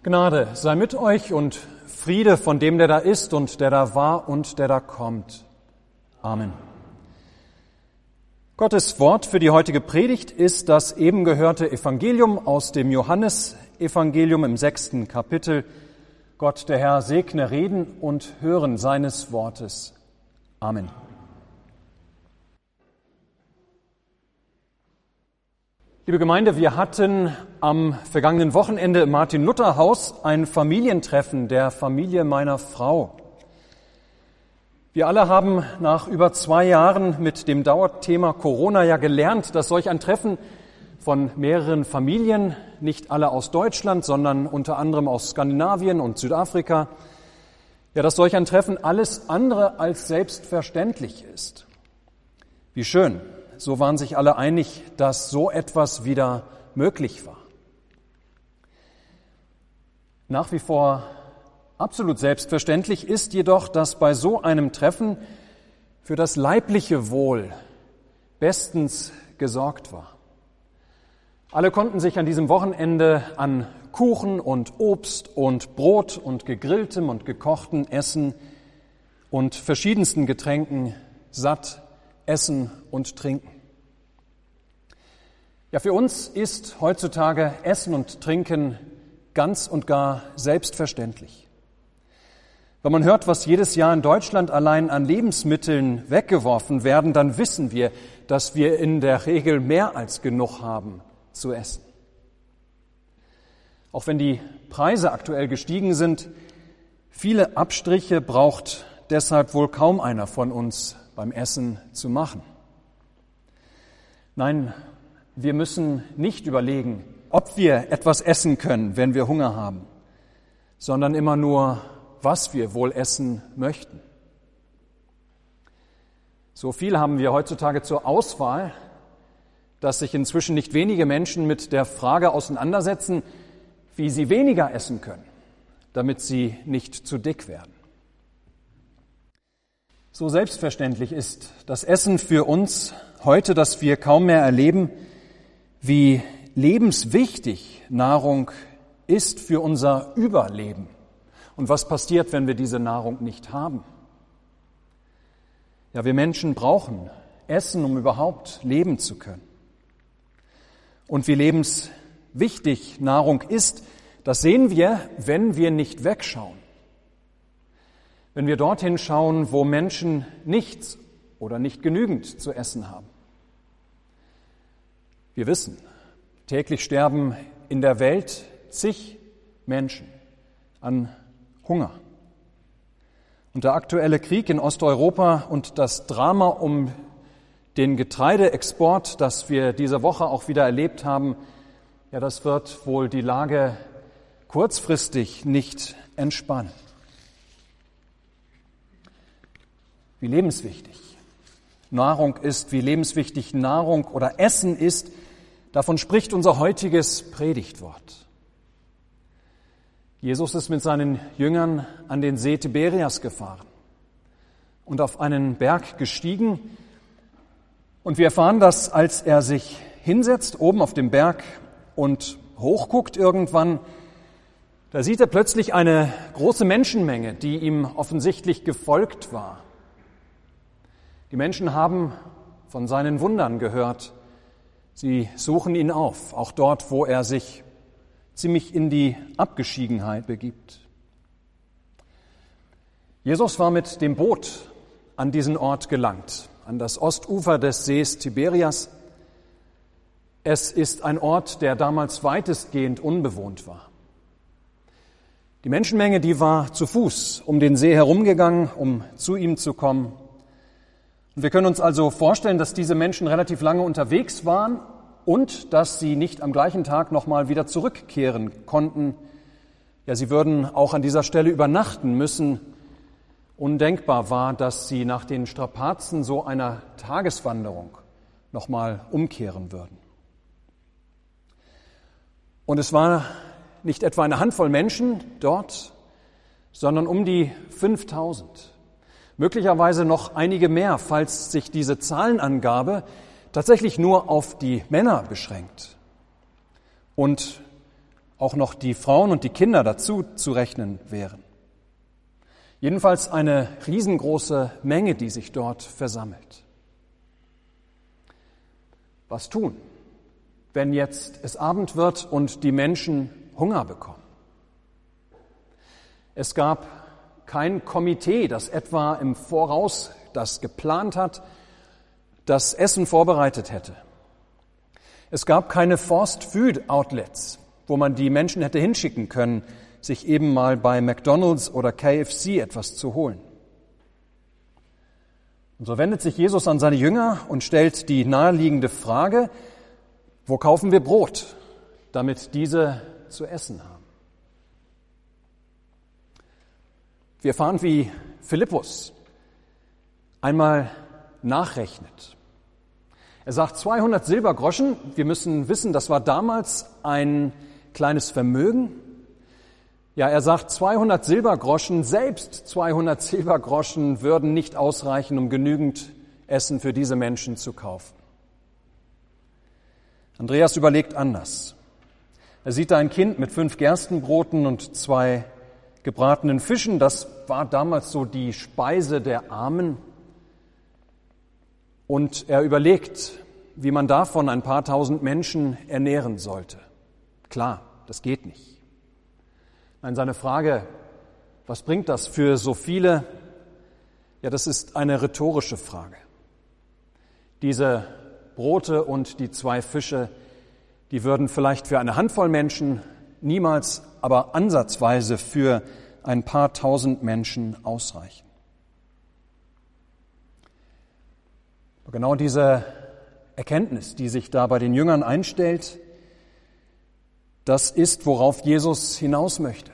Gnade sei mit euch und Friede von dem, der da ist und der da war und der da kommt. Amen. Gottes Wort für die heutige Predigt ist das eben gehörte Evangelium aus dem Johannesevangelium im 6. Kapitel. Gott, der Herr, segne Reden und Hören seines Wortes. Amen. Liebe Gemeinde, wir hatten am vergangenen Wochenende im Martin-Luther-Haus ein Familientreffen der Familie meiner Frau. Wir alle haben nach über 2 Jahren mit dem Dauerthema Corona ja gelernt, dass solch ein Treffen von mehreren Familien, nicht alle aus Deutschland, sondern unter anderem aus Skandinavien und Südafrika, ja, dass solch ein Treffen alles andere als selbstverständlich ist. Wie schön. So waren sich alle einig, dass so etwas wieder möglich war. Nach wie vor absolut selbstverständlich ist jedoch, dass bei so einem Treffen für das leibliche Wohl bestens gesorgt war. Alle konnten sich an diesem Wochenende an Kuchen und Obst und Brot und gegrilltem und gekochten Essen und verschiedensten Getränken satt essen und trinken. Ja, für uns ist heutzutage Essen und Trinken ganz und gar selbstverständlich. Wenn man hört, was jedes Jahr in Deutschland allein an Lebensmitteln weggeworfen werden, dann wissen wir, dass wir in der Regel mehr als genug haben zu essen. Auch wenn die Preise aktuell gestiegen sind, viele Abstriche braucht deshalb wohl kaum einer von uns beim Essen zu machen. Nein, wir müssen nicht überlegen, ob wir etwas essen können, wenn wir Hunger haben, sondern immer nur, was wir wohl essen möchten. So viel haben wir heutzutage zur Auswahl, dass sich inzwischen nicht wenige Menschen mit der Frage auseinandersetzen, wie sie weniger essen können, damit sie nicht zu dick werden. So selbstverständlich ist das Essen für uns heute, dass wir kaum mehr erleben, wie lebenswichtig Nahrung ist für unser Überleben. Und was passiert, wenn wir diese Nahrung nicht haben? Ja, wir Menschen brauchen Essen, um überhaupt leben zu können. Und wie lebenswichtig Nahrung ist, das sehen wir, wenn wir nicht wegschauen. Wenn wir dorthin schauen, wo Menschen nichts oder nicht genügend zu essen haben. Wir wissen, täglich sterben in der Welt zig Menschen an Hunger. Und der aktuelle Krieg in Osteuropa und das Drama um den Getreideexport, das wir diese Woche auch wieder erlebt haben, ja, das wird wohl die Lage kurzfristig nicht entspannen. Wie lebenswichtig Nahrung ist, wie lebenswichtig Nahrung oder Essen ist, davon spricht unser heutiges Predigtwort. Jesus ist mit seinen Jüngern an den See Tiberias gefahren und auf einen Berg gestiegen. Und wir erfahren, dass als er sich hinsetzt, oben auf dem Berg und hochguckt irgendwann, da sieht er plötzlich eine große Menschenmenge, die ihm offensichtlich gefolgt war. Die Menschen haben von seinen Wundern gehört. Sie suchen ihn auf, auch dort, wo er sich ziemlich in die Abgeschiedenheit begibt. Jesus war mit dem Boot an diesen Ort gelangt, an das Ostufer des Sees Tiberias. Es ist ein Ort, der damals weitestgehend unbewohnt war. Die Menschenmenge, die war zu Fuß um den See herumgegangen, um zu ihm zu kommen. Und wir können uns also vorstellen, dass diese Menschen relativ lange unterwegs waren und dass sie nicht am gleichen Tag nochmal wieder zurückkehren konnten. Ja, sie würden auch an dieser Stelle übernachten müssen. Undenkbar war, dass sie nach den Strapazen so einer Tageswanderung nochmal umkehren würden. Und es war nicht etwa eine Handvoll Menschen dort, sondern um die 5000. Möglicherweise noch einige mehr, falls sich diese auch noch die Frauen und die Kinder dazu zu rechnen wären. Jedenfalls eine riesengroße Menge, die sich dort versammelt. Was tun, wenn jetzt es Abend wird und die Menschen Hunger bekommen? Es gab kein Komitee, das etwa im Voraus das geplant hat, das Essen vorbereitet hätte. Es gab keine Fast-Food-Outlets, wo man die Menschen hätte hinschicken können, sich eben mal bei McDonald's oder KFC etwas zu holen. Und so wendet sich Jesus an seine Jünger und stellt die naheliegende Frage: Wo kaufen wir Brot, damit diese zu essen haben? Wir erfahren, wie Philippus einmal nachrechnet. Er sagt 200 Silbergroschen. Wir müssen wissen, das war damals ein kleines Vermögen. Ja, er sagt 200 Silbergroschen, selbst 200 Silbergroschen würden nicht ausreichen, um genügend Essen für diese Menschen zu kaufen. Andreas überlegt anders. Er sieht da ein Kind mit 5 Gerstenbroten und 2 gebratenen Fischen. Das war damals so die Speise der Armen. Und er überlegt, wie man davon ein paar tausend Menschen ernähren sollte. Klar, das geht nicht. Nein, seine Frage, was bringt das für so viele? Ja, das ist eine rhetorische Frage. Diese Brote und die 2 Fische, die würden vielleicht für eine Handvoll Menschen, niemals aber ansatzweise für ein paar tausend Menschen ausreichen. Genau diese Erkenntnis, die sich da bei den Jüngern einstellt, das ist, worauf Jesus hinaus möchte.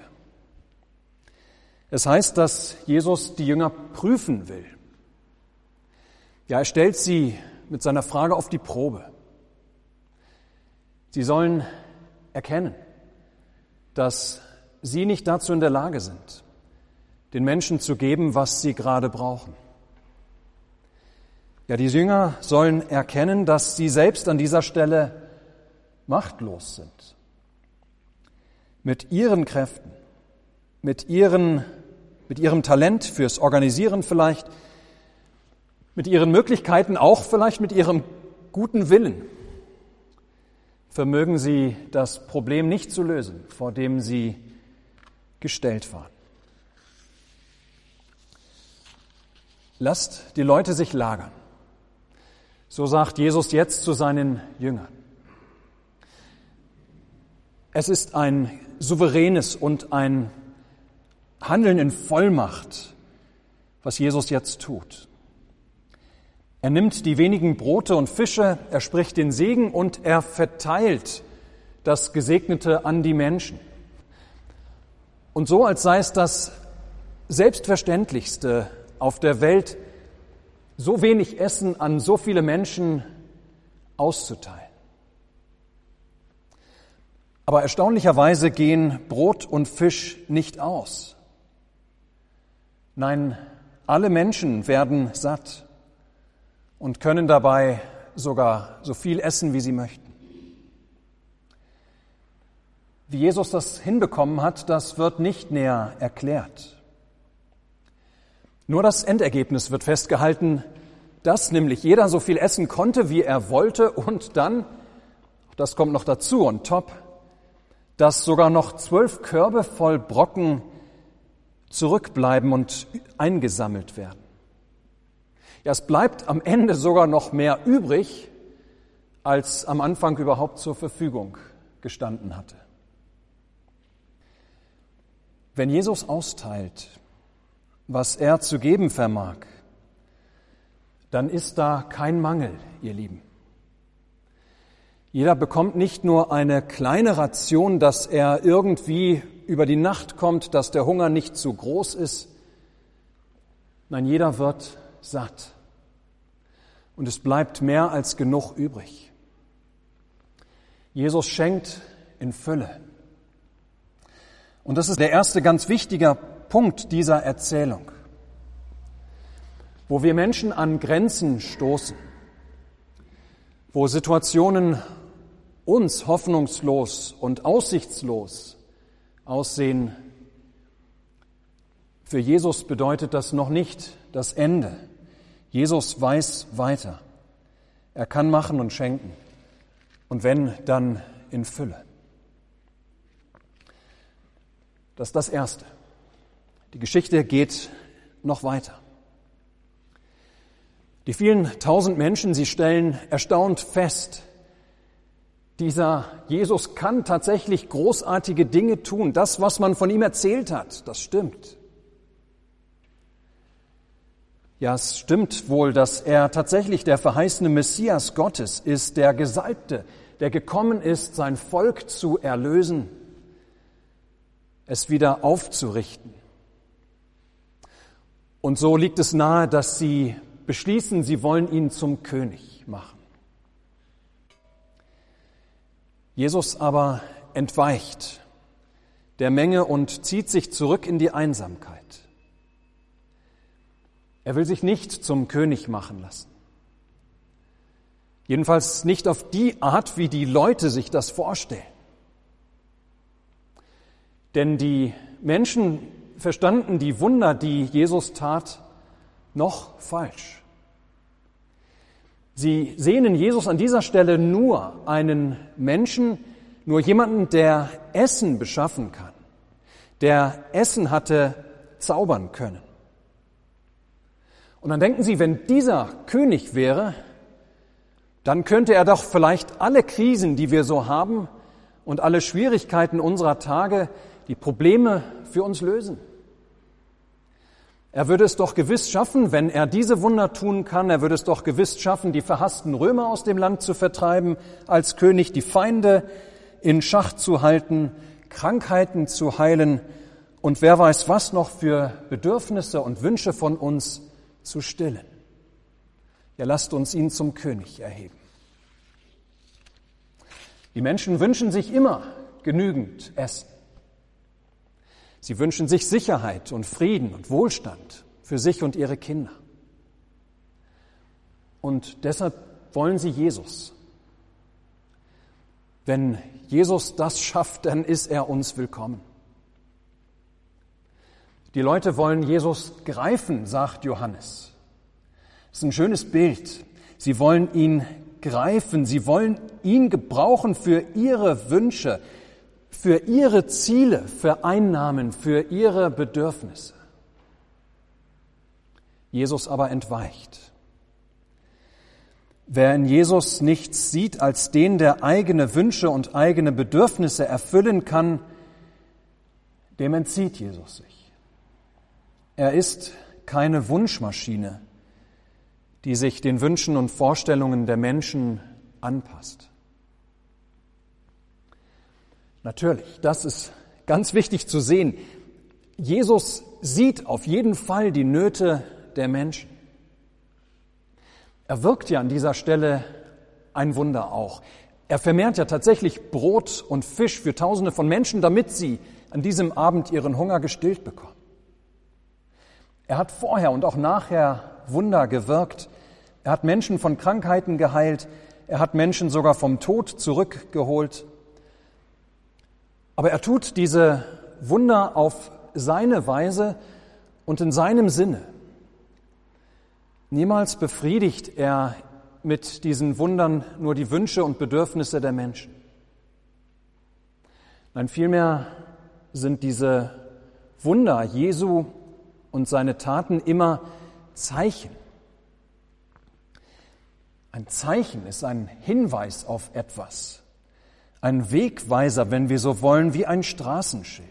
Es heißt, dass Jesus die Jünger prüfen will. Ja, er stellt sie mit seiner Frage auf die Probe. Sie sollen erkennen, dass sie nicht dazu in der Lage sind, den Menschen zu geben, was sie gerade brauchen. Ja, die Jünger sollen erkennen, dass sie selbst an dieser Stelle machtlos sind. Mit ihren Kräften, mit ihrem Talent fürs Organisieren vielleicht, mit ihren Möglichkeiten, auch vielleicht mit ihrem guten Willen, vermögen sie das Problem nicht zu lösen, vor dem sie gestellt waren. Lasst die Leute sich lagern. So sagt Jesus jetzt zu seinen Jüngern. Es ist ein souveränes und ein Handeln in Vollmacht, was Jesus jetzt tut. Er nimmt die wenigen Brote und Fische, er spricht den Segen und er verteilt das Gesegnete an die Menschen. Und so, als sei es das Selbstverständlichste auf der Welt, so wenig Essen an so viele Menschen auszuteilen. Aber erstaunlicherweise gehen Brot und Fisch nicht aus. Nein, alle Menschen werden satt und können dabei sogar so viel essen, wie sie möchten. Wie Jesus das hinbekommen hat, das wird nicht näher erklärt. Nur das Endergebnis wird festgehalten, dass nämlich jeder so viel essen konnte, wie er wollte, und dann, das kommt noch dazu on top, dass sogar noch 12 Körbe voll Brocken zurückbleiben und eingesammelt werden. Ja, es bleibt am Ende sogar noch mehr übrig, als am Anfang überhaupt zur Verfügung gestanden hatte. Wenn Jesus austeilt, was er zu geben vermag, dann ist da kein Mangel, ihr Lieben. Jeder bekommt nicht nur eine kleine Ration, dass er irgendwie über die Nacht kommt, dass der Hunger nicht zu groß ist. Nein, jeder wird satt. Und es bleibt mehr als genug übrig. Jesus schenkt in Fülle. Und das ist der erste ganz wichtiger Punkt dieser Erzählung, wo wir Menschen an Grenzen stoßen, wo Situationen uns hoffnungslos und aussichtslos aussehen, für Jesus bedeutet das noch nicht das Ende. Jesus weiß weiter. Er kann machen und schenken. Und wenn, dann in Fülle. Das ist das Erste. Die Geschichte geht noch weiter. Die vielen tausend Menschen, sie stellen erstaunt fest, dieser Jesus kann tatsächlich großartige Dinge tun. Das, was man von ihm erzählt hat, das stimmt. Ja, es stimmt wohl, dass er tatsächlich der verheißene Messias Gottes ist, der Gesalbte, der gekommen ist, sein Volk zu erlösen, es wieder aufzurichten. Und so liegt es nahe, dass sie beschließen, sie wollen ihn zum König machen. Jesus aber entweicht der Menge und zieht sich zurück in die Einsamkeit. Er will sich nicht zum König machen lassen. Jedenfalls nicht auf die Art, wie die Leute sich das vorstellen. Denn die Menschen verstanden die Wunder, die Jesus tat, noch falsch. Sie sehen in Jesus an dieser Stelle nur einen Menschen, nur jemanden, der Essen beschaffen kann, der Essen hatte zaubern können. Und dann denken sie, wenn dieser König wäre, dann könnte er doch vielleicht alle Krisen, die wir so haben und alle Schwierigkeiten unserer Tage, die Probleme für uns lösen. Er würde es doch gewiss schaffen, wenn er diese Wunder tun kann, er würde es doch gewiss schaffen, die verhassten Römer aus dem Land zu vertreiben, als König die Feinde in Schach zu halten, Krankheiten zu heilen und wer weiß was noch für Bedürfnisse und Wünsche von uns zu stillen. Ja, lasst uns ihn zum König erheben. Die Menschen wünschen sich immer genügend Essen. Sie wünschen sich Sicherheit und Frieden und Wohlstand für sich und ihre Kinder. Und deshalb wollen sie Jesus. Wenn Jesus das schafft, dann ist er uns willkommen. Die Leute wollen Jesus greifen, sagt Johannes. Das ist ein schönes Bild. Sie wollen ihn greifen, sie wollen ihn gebrauchen für ihre Wünsche, für ihre Ziele, für Einnahmen, für ihre Bedürfnisse. Jesus aber entweicht. Wer in Jesus nichts sieht als den, der eigene Wünsche und eigene Bedürfnisse erfüllen kann, dem entzieht Jesus sich. Er ist keine Wunschmaschine, die sich den Wünschen und Vorstellungen der Menschen anpasst. Natürlich, das ist ganz wichtig zu sehen. Jesus sieht auf jeden Fall die Nöte der Menschen. Er wirkt ja an dieser Stelle ein Wunder auch. Er vermehrt ja tatsächlich Brot und Fisch für Tausende von Menschen, damit sie an diesem Abend ihren Hunger gestillt bekommen. Er hat vorher und auch nachher Wunder gewirkt. Er hat Menschen von Krankheiten geheilt. Er hat Menschen sogar vom Tod zurückgeholt. Aber er tut diese Wunder auf seine Weise und in seinem Sinne. Niemals befriedigt er mit diesen Wundern nur die Wünsche und Bedürfnisse der Menschen. Nein, vielmehr sind diese Wunder Jesu und seine Taten immer Zeichen. Ein Zeichen ist ein Hinweis auf etwas, ein Wegweiser, wenn wir so wollen, wie ein Straßenschild.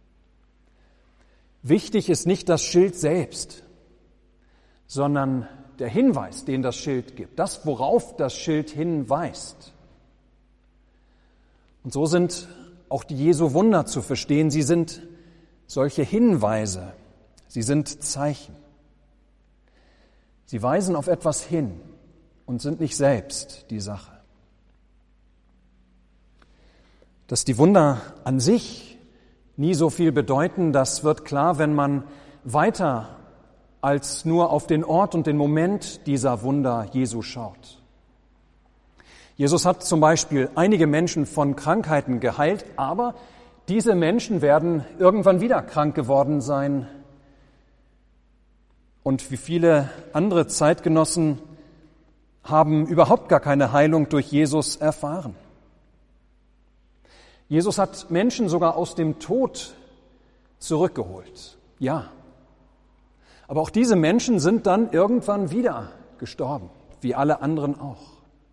Wichtig ist nicht das Schild selbst, sondern der Hinweis, den das Schild gibt, das, worauf das Schild hinweist. Und so sind auch die Jesu Wunder zu verstehen. Sie sind solche Hinweise, sie sind Zeichen. Sie weisen auf etwas hin und sind nicht selbst die Sache. Dass die Wunder an sich nie so viel bedeuten, das wird klar, wenn man weiter als nur auf den Ort und den Moment dieser Wunder Jesu schaut. Jesus hat zum Beispiel einige Menschen von Krankheiten geheilt, aber diese Menschen werden irgendwann wieder krank geworden sein. Und wie viele andere Zeitgenossen haben überhaupt gar keine Heilung durch Jesus erfahren. Jesus hat Menschen sogar aus dem Tod zurückgeholt. Ja. Aber auch diese Menschen sind dann irgendwann wieder gestorben, wie alle anderen auch.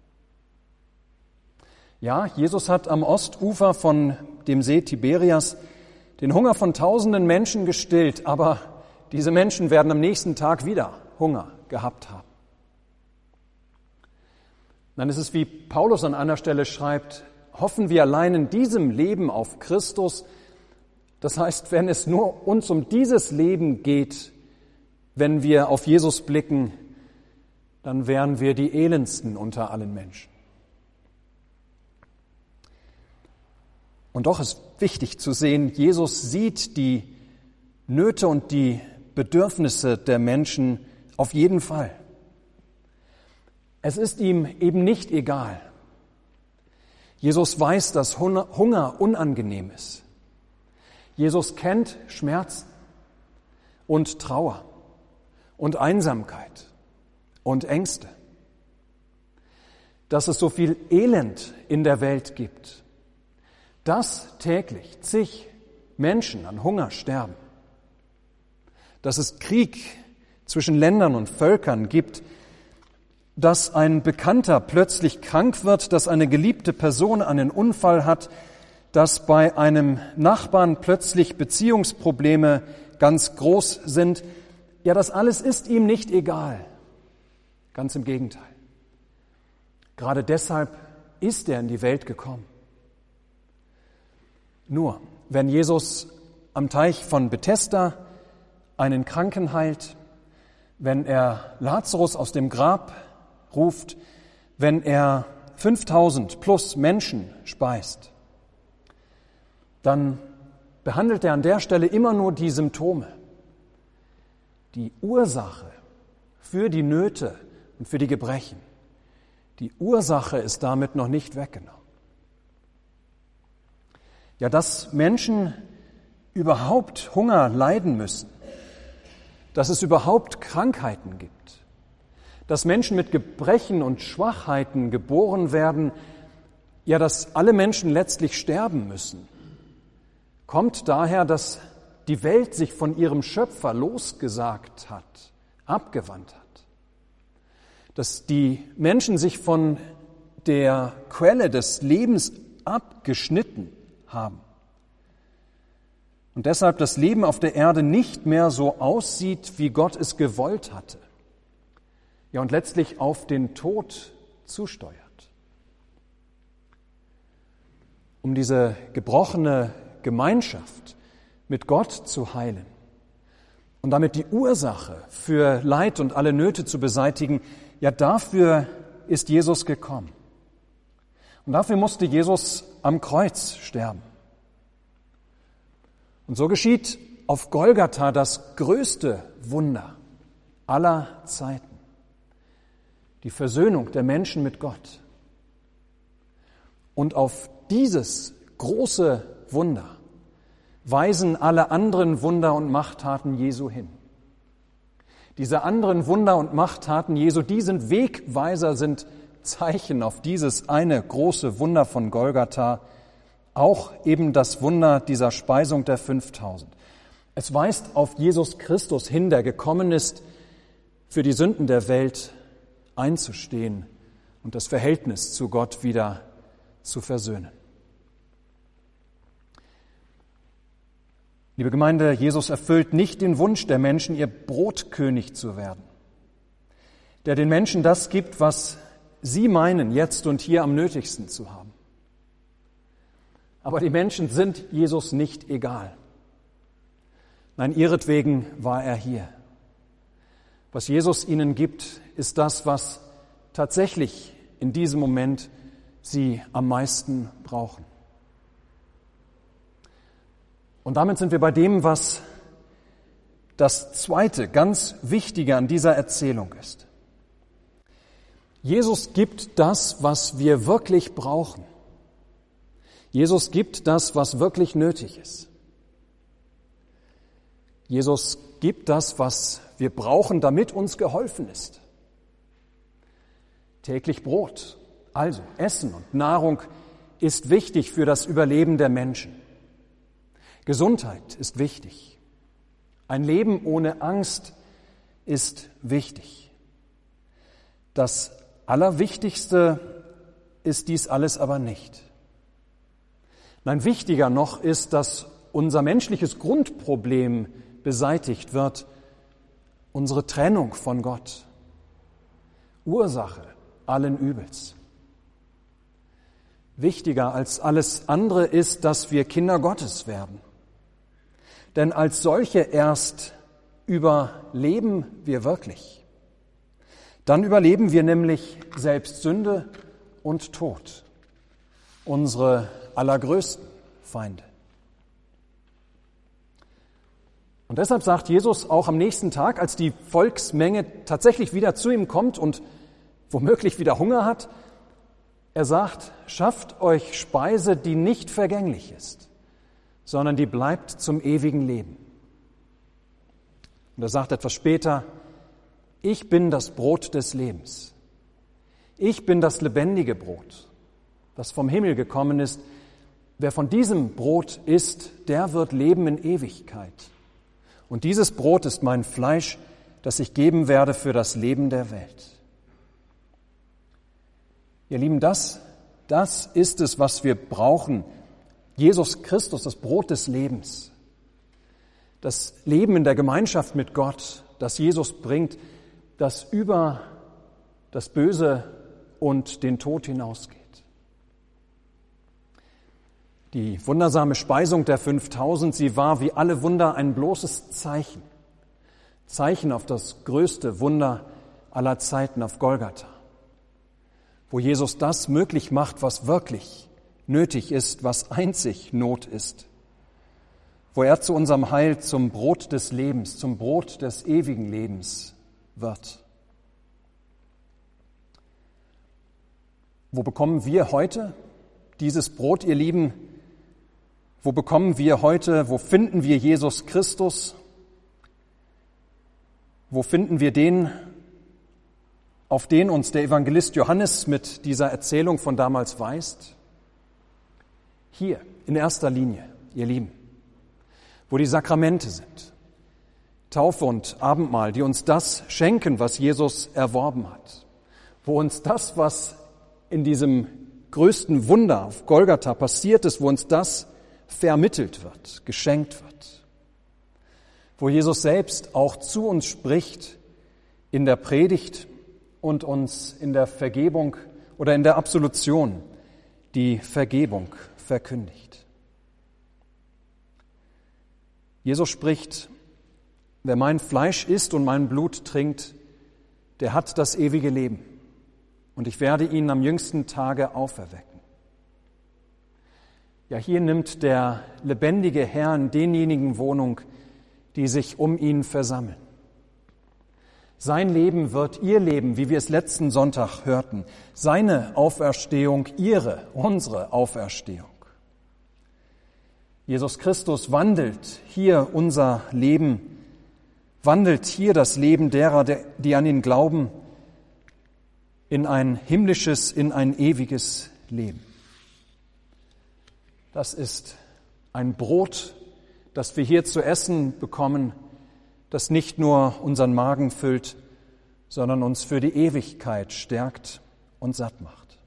Ja, Jesus hat am Ostufer von dem See Tiberias den Hunger von tausenden Menschen gestillt, aber diese Menschen werden am nächsten Tag wieder Hunger gehabt haben. Dann ist es, wie Paulus an einer Stelle schreibt, hoffen wir allein in diesem Leben auf Christus. Das heißt, wenn es nur uns um dieses Leben geht, wenn wir auf Jesus blicken, dann wären wir die elendsten unter allen Menschen. Und doch ist wichtig zu sehen, Jesus sieht die Nöte und die Bedürfnisse der Menschen auf jeden Fall. Es ist ihm eben nicht egal. Jesus weiß, dass Hunger unangenehm ist. Jesus kennt Schmerzen und Trauer und Einsamkeit und Ängste. Dass es so viel Elend in der Welt gibt, dass täglich zig Menschen an Hunger sterben, dass es Krieg zwischen Ländern und Völkern gibt, dass ein Bekannter plötzlich krank wird, dass eine geliebte Person einen Unfall hat, dass bei einem Nachbarn plötzlich Beziehungsprobleme ganz groß sind. Ja, das alles ist ihm nicht egal. Ganz im Gegenteil. Gerade deshalb ist er in die Welt gekommen. Nur, wenn Jesus am Teich von Bethesda einen Kranken heilt, wenn er Lazarus aus dem Grab ruft, wenn er 5000 plus Menschen speist, dann behandelt er an der Stelle immer nur die Symptome. Die Ursache für die Nöte und für die Gebrechen, die Ursache ist damit noch nicht weggenommen. Ja, dass Menschen überhaupt Hunger leiden müssen, dass es überhaupt Krankheiten gibt, dass Menschen mit Gebrechen und Schwachheiten geboren werden, ja, dass alle Menschen letztlich sterben müssen, kommt daher, dass die Welt sich von ihrem Schöpfer losgesagt hat, abgewandt hat, dass die Menschen sich von der Quelle des Lebens abgeschnitten haben und deshalb das Leben auf der Erde nicht mehr so aussieht, wie Gott es gewollt hatte. Ja, und letztlich auf den Tod zusteuert. Um diese gebrochene Gemeinschaft mit Gott zu heilen und damit die Ursache für Leid und alle Nöte zu beseitigen, ja, dafür ist Jesus gekommen. Und dafür musste Jesus am Kreuz sterben. Und so geschieht auf Golgatha das größte Wunder aller Zeiten. Die Versöhnung der Menschen mit Gott. Und auf dieses große Wunder weisen alle anderen Wunder und Machttaten Jesu hin. Diese anderen Wunder und Machttaten Jesu, die sind Wegweiser, sind Zeichen auf dieses eine große Wunder von Golgatha, auch eben das Wunder dieser Speisung der 5000. Es weist auf Jesus Christus hin, der gekommen ist, für die Sünden der Welt einzustehen und das Verhältnis zu Gott wieder zu versöhnen. Liebe Gemeinde, Jesus erfüllt nicht den Wunsch der Menschen, ihr Brotkönig zu werden, der den Menschen das gibt, was sie meinen, jetzt und hier am nötigsten zu haben. Aber die Menschen sind Jesus nicht egal. Nein, ihretwegen war er hier. Was Jesus ihnen gibt, ist das, was tatsächlich in diesem Moment sie am meisten brauchen. Und damit sind wir bei dem, was das zweite, ganz Wichtige an dieser Erzählung ist. Jesus gibt das, was wir wirklich brauchen. Jesus gibt das, was wirklich nötig ist. Jesus gibt das, was wir brauchen, damit uns geholfen ist. Täglich Brot, also Essen und Nahrung, ist wichtig für das Überleben der Menschen. Gesundheit ist wichtig. Ein Leben ohne Angst ist wichtig. Das Allerwichtigste ist dies alles aber nicht. Nein, wichtiger noch ist, dass unser menschliches Grundproblem beseitigt wird, unsere Trennung von Gott, Ursache allen Übels. Wichtiger als alles andere ist, dass wir Kinder Gottes werden. Denn als solche erst überleben wir wirklich. Dann überleben wir nämlich selbst Sünde und Tod, unsere allergrößten Feinde. Und deshalb sagt Jesus auch am nächsten Tag, als die Volksmenge tatsächlich wieder zu ihm kommt und womöglich wieder Hunger hat, er sagt, schafft euch Speise, die nicht vergänglich ist, sondern die bleibt zum ewigen Leben. Und er sagt etwas später, ich bin das Brot des Lebens. Ich bin das lebendige Brot, das vom Himmel gekommen ist. Wer von diesem Brot isst, der wird leben in Ewigkeit. Und dieses Brot ist mein Fleisch, das ich geben werde für das Leben der Welt. Ihr Lieben, das ist es, was wir brauchen. Jesus Christus, das Brot des Lebens. Das Leben in der Gemeinschaft mit Gott, das Jesus bringt, das über das Böse und den Tod hinausgeht. Die wundersame Speisung der 5000, sie war wie alle Wunder ein bloßes Zeichen. Zeichen auf das größte Wunder aller Zeiten auf Golgatha, wo Jesus das möglich macht, was wirklich nötig ist, was einzig Not ist, wo er zu unserem Heil zum Brot des Lebens, zum Brot des ewigen Lebens wird. Wo bekommen wir heute dieses Brot, ihr Lieben? Wo bekommen wir heute, wo finden wir Jesus Christus? Wo finden wir den, auf den uns der Evangelist Johannes mit dieser Erzählung von damals weist? Hier, in erster Linie, ihr Lieben, wo die Sakramente sind, Taufe und Abendmahl, die uns das schenken, was Jesus erworben hat, wo uns das, was in diesem größten Wunder auf Golgatha passiert ist, wo uns das vermittelt wird, geschenkt wird, wo Jesus selbst auch zu uns spricht in der Predigt und uns in der Vergebung oder in der Absolution die Vergebung verkündigt. Jesus spricht, wer mein Fleisch isst und mein Blut trinkt, der hat das ewige Leben und ich werde ihn am jüngsten Tage auferwecken. Ja, hier nimmt der lebendige Herr in denjenigen Wohnung, die sich um ihn versammeln. Sein Leben wird ihr Leben, wie wir es letzten Sonntag hörten. Seine Auferstehung, unsere Auferstehung. Jesus Christus wandelt hier unser Leben, wandelt hier das Leben derer, die an ihn glauben, in ein himmlisches, in ein ewiges Leben. Das ist ein Brot, das wir hier zu essen bekommen, das nicht nur unseren Magen füllt, sondern uns für die Ewigkeit stärkt und satt macht.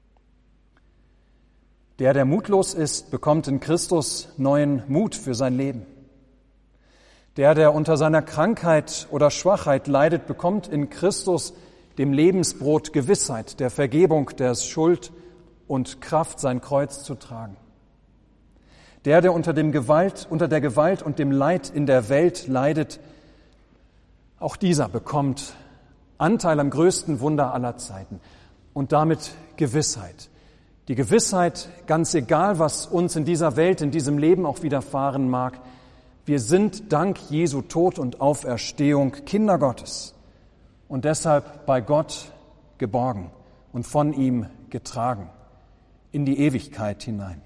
Der mutlos ist, bekommt in Christus neuen Mut für sein Leben. Der unter seiner Krankheit oder Schwachheit leidet, bekommt in Christus, dem Lebensbrot, Gewissheit der Vergebung, der Schuld und Kraft, sein Kreuz zu tragen. Der unter der Gewalt und dem Leid in der Welt leidet, auch dieser bekommt Anteil am größten Wunder aller Zeiten und damit Gewissheit. Die Gewissheit, ganz egal, was uns in dieser Welt, in diesem Leben auch widerfahren mag, wir sind dank Jesu Tod und Auferstehung Kinder Gottes und deshalb bei Gott geborgen und von ihm getragen in die Ewigkeit hinein.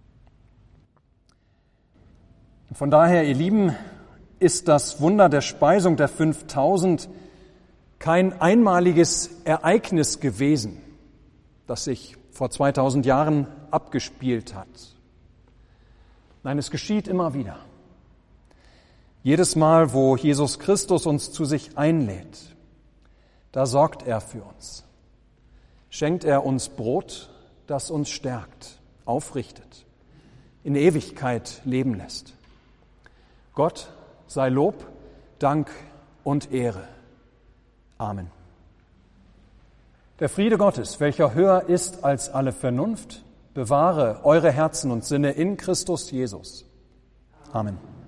Und von daher, ihr Lieben, ist das Wunder der Speisung der 5000 kein einmaliges Ereignis gewesen, das sich vor 2000 Jahren abgespielt hat. Nein, es geschieht immer wieder. Jedes Mal, wo Jesus Christus uns zu sich einlädt, da sorgt er für uns. Schenkt er uns Brot, das uns stärkt, aufrichtet, in Ewigkeit leben lässt. Gott sei Lob, Dank und Ehre. Amen. Der Friede Gottes, welcher höher ist als alle Vernunft, bewahre eure Herzen und Sinne in Christus Jesus. Amen.